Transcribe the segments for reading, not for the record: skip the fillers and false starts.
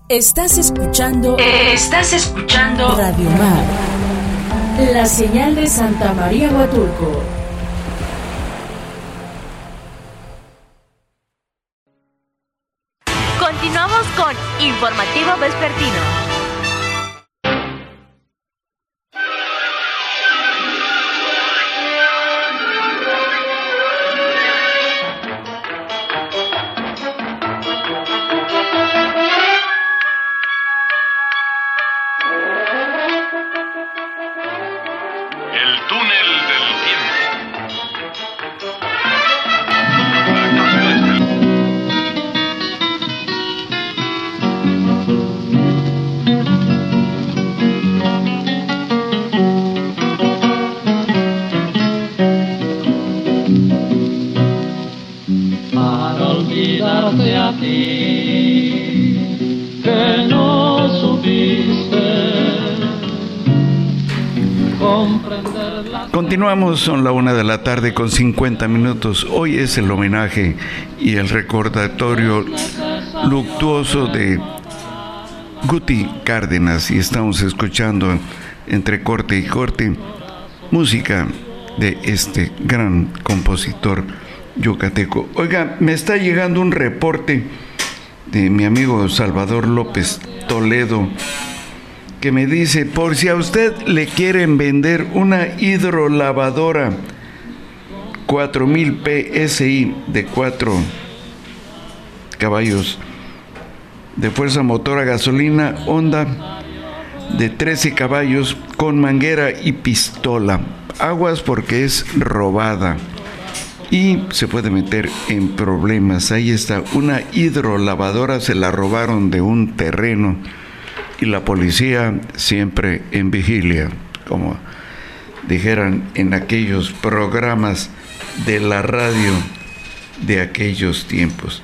Estás escuchando Radio Mar, la señal de Santa María Huatulco. Continuamos con Informativo Vespertino. Continuamos, son la 1:50 p.m. Hoy es el homenaje y el recordatorio luctuoso de Guti Cárdenas y estamos escuchando entre corte y corte música de este gran compositor yucateco. Oiga, me está llegando un reporte de mi amigo Salvador López Toledo, que me dice: por si a usted le quieren vender una hidrolavadora 4000 PSI de 4 caballos de fuerza motor a gasolina Honda de 13 caballos con manguera y pistola, aguas porque es robada y se puede meter en problemas. Ahí está, una hidrolavadora, se la robaron de un terreno y la policía siempre en vigilia, como dijeran en aquellos programas de la radio de aquellos tiempos.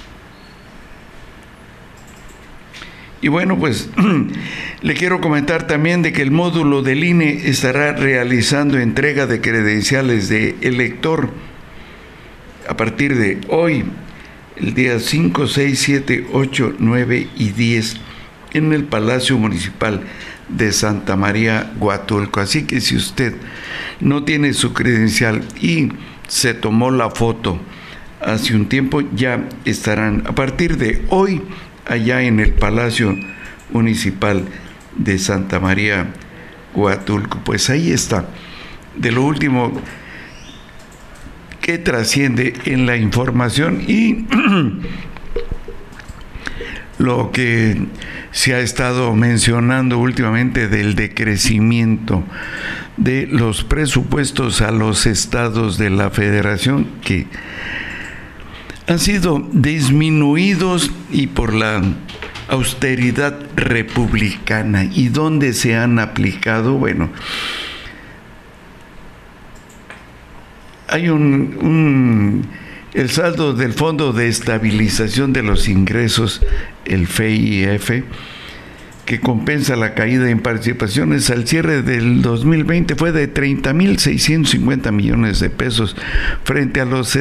Y bueno, pues le quiero comentar también de que el módulo del INE estará realizando entrega de credenciales de elector a partir de hoy, el día 5, 6, 7, 8, 9 y 10, en el Palacio Municipal de Santa María Huatulco. Así que si usted no tiene su credencial y se tomó la foto hace un tiempo, ya estarán a partir de hoy allá en el Palacio Municipal de Santa María Huatulco. Pues ahí está, de lo último que trasciende en la información y lo que se ha estado mencionando últimamente del decrecimiento de los presupuestos a los estados de la Federación, que han sido disminuidos y por la austeridad republicana. ¿Y dónde se han aplicado? Bueno, hay el saldo del Fondo de Estabilización de los Ingresos, el FEIF, que compensa la caída en participaciones al cierre del 2020 fue de 30.650 millones de pesos frente a los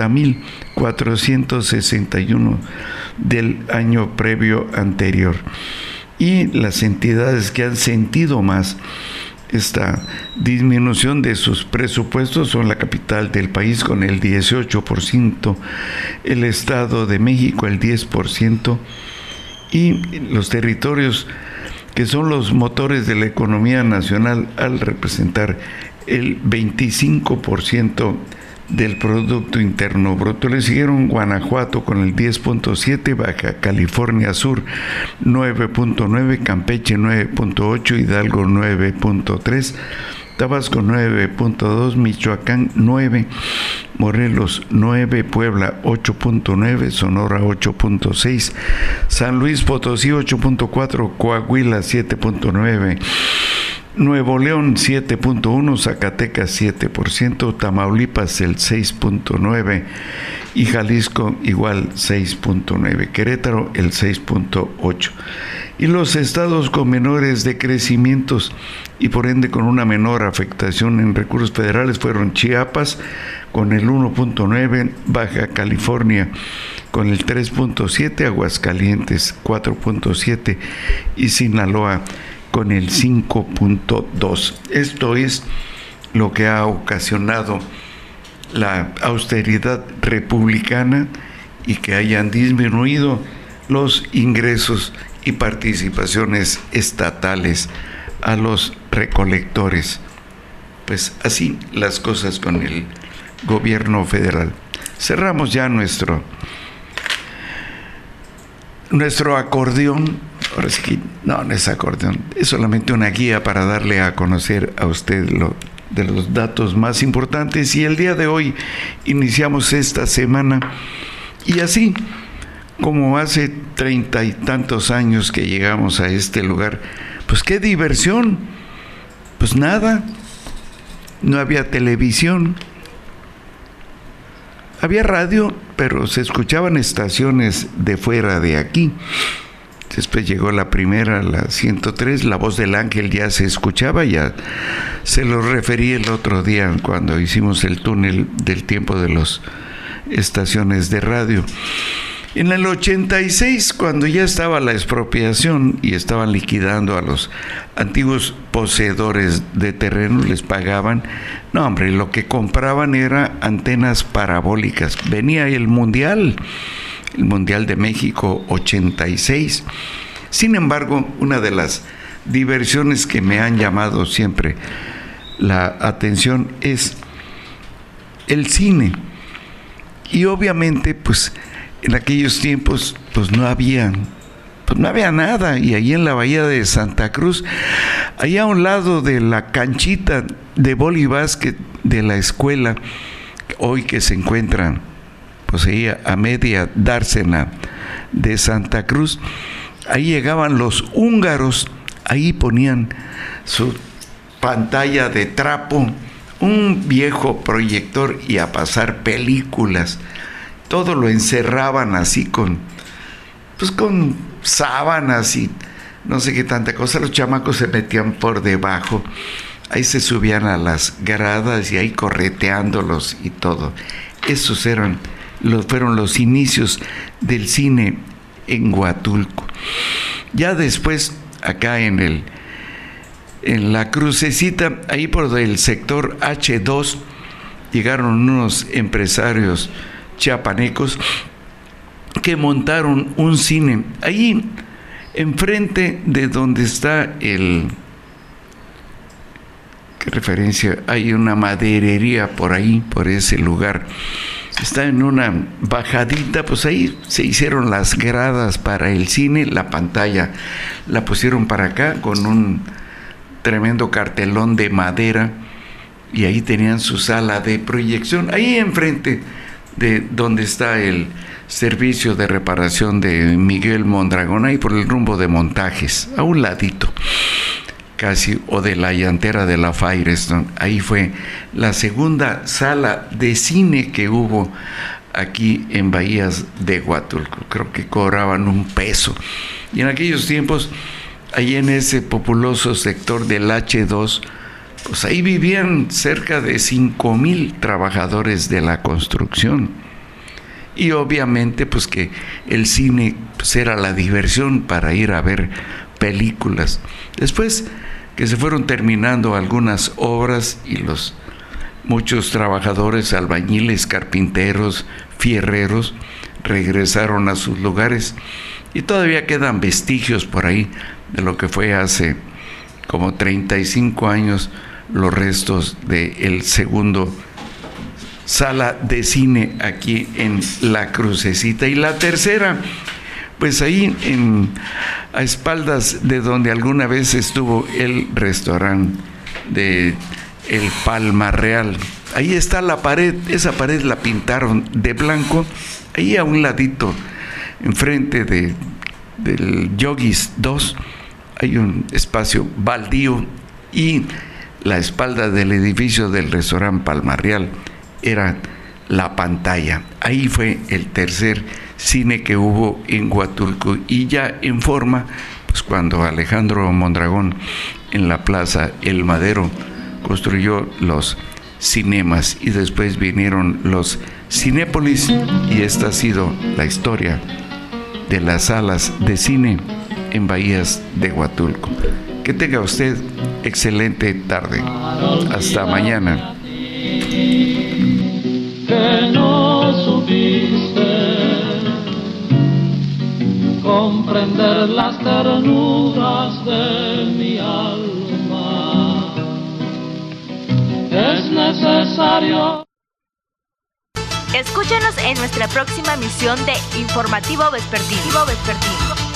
60.461 del año previo anterior. Y las entidades que han sentido más esta disminución de sus presupuestos son la capital del país con el 18%, el Estado de México el 10%, y los territorios que son los motores de la economía nacional al representar el 25% del Producto Interno Bruto. Le siguieron Guanajuato con el 10.7%, Baja California Sur 9.9%, Campeche 9.8%, Hidalgo 9.3%, Tabasco 9.2%, Michoacán 9%, Morelos 9%, Puebla 8.9%, Sonora 8.6%, San Luis Potosí 8.4%, Coahuila 7.9%, Nuevo León 7.1%, Zacatecas 7%, Tamaulipas el 6.9% y Jalisco igual 6.9%, Querétaro el 6.8%. Y los estados con menores decrecimientos y por ende con una menor afectación en recursos federales fueron Chiapas con el 1.9%, Baja California con el 3.7%, Aguascalientes 4.7% y Sinaloa con el 5.2%. Esto es lo que ha ocasionado la austeridad republicana y que hayan disminuido los ingresos y participaciones estatales a los recolectores. Pues así las cosas con el gobierno federal. Cerramos ya nuestro acordeón. Ahora sí que no es acordeón, es solamente una guía para darle a conocer a usted de los datos más importantes. Y el día de hoy iniciamos esta semana y así como hace 30 y tantos años que llegamos a este lugar, pues qué diversión, pues nada, no había televisión, había radio, pero se escuchaban estaciones de fuera de aquí. Después llegó la primera, la 103, La Voz del Ángel ya se escuchaba, ya se lo referí el otro día cuando hicimos el túnel del tiempo de las estaciones de radio. En el 86, cuando ya estaba la expropiación y estaban liquidando a los antiguos poseedores de terreno, les pagaban, no hombre, lo que compraban era antenas parabólicas. Venía el Mundial de México 86. Sin embargo, una de las diversiones que me han llamado siempre la atención es el cine. Y obviamente, pues en aquellos tiempos pues no había nada, y ahí en la bahía de Santa Cruz, allá a un lado de la canchita de voleibásquet de la escuela, hoy que se encuentra pues ahí a media dársena de Santa Cruz, ahí llegaban los húngaros, ahí ponían su pantalla de trapo, un viejo proyector y a pasar películas. Todo lo encerraban así con sábanas y no sé qué tanta cosa. Los chamacos se metían por debajo, ahí se subían a las gradas y ahí correteándolos y todo. Esos fueron los inicios del cine en Huatulco. Ya después, acá en la crucecita, ahí por el sector H2, llegaron unos empresarios chiapanecos que montaron un cine ahí enfrente de donde está ¿qué referencia? Hay una maderería por ahí, por ese lugar. Está en una bajadita, pues ahí se hicieron las gradas para el cine, la pantalla la pusieron para acá con un tremendo cartelón de madera y ahí tenían su sala de proyección, ahí enfrente de donde está el servicio de reparación de Miguel Mondragón, ahí por el rumbo de Montajes, a un ladito casi, o de la llantera de la Firestone. Ahí fue la segunda sala de cine que hubo aquí en Bahías de Huatulco. Creo que cobraban $1. Y en aquellos tiempos, ahí en ese populoso sector del H2, pues ahí vivían cerca de 5,000 trabajadores de la construcción. Y obviamente, pues que el cine pues era la diversión para ir a ver películas. Después que se fueron terminando algunas obras y los muchos trabajadores, albañiles, carpinteros, fierreros, regresaron a sus lugares y todavía quedan vestigios por ahí de lo que fue hace como 35 años los restos del segundo sala de cine aquí en la crucecita. Y la tercera, pues ahí a espaldas de donde alguna vez estuvo el restaurante de El Palma Real. Ahí está la pared, esa pared la pintaron de blanco, ahí a un ladito, enfrente del Yogis 2, hay un espacio baldío y la espalda del edificio del restaurante Palmarreal era la pantalla. Ahí fue el tercer cine que hubo en Huatulco, y ya en forma, pues cuando Alejandro Mondragón en la Plaza El Madero construyó los cinemas, y después vinieron los Cinépolis, y esta ha sido la historia de las salas de cine en Bahías de Huatulco. Que tenga usted excelente tarde. Hasta mañana. Que no supiste comprender las ternuras de mi alma. Es necesario. Escúchanos en nuestra próxima emisión de Informativo Vespertino.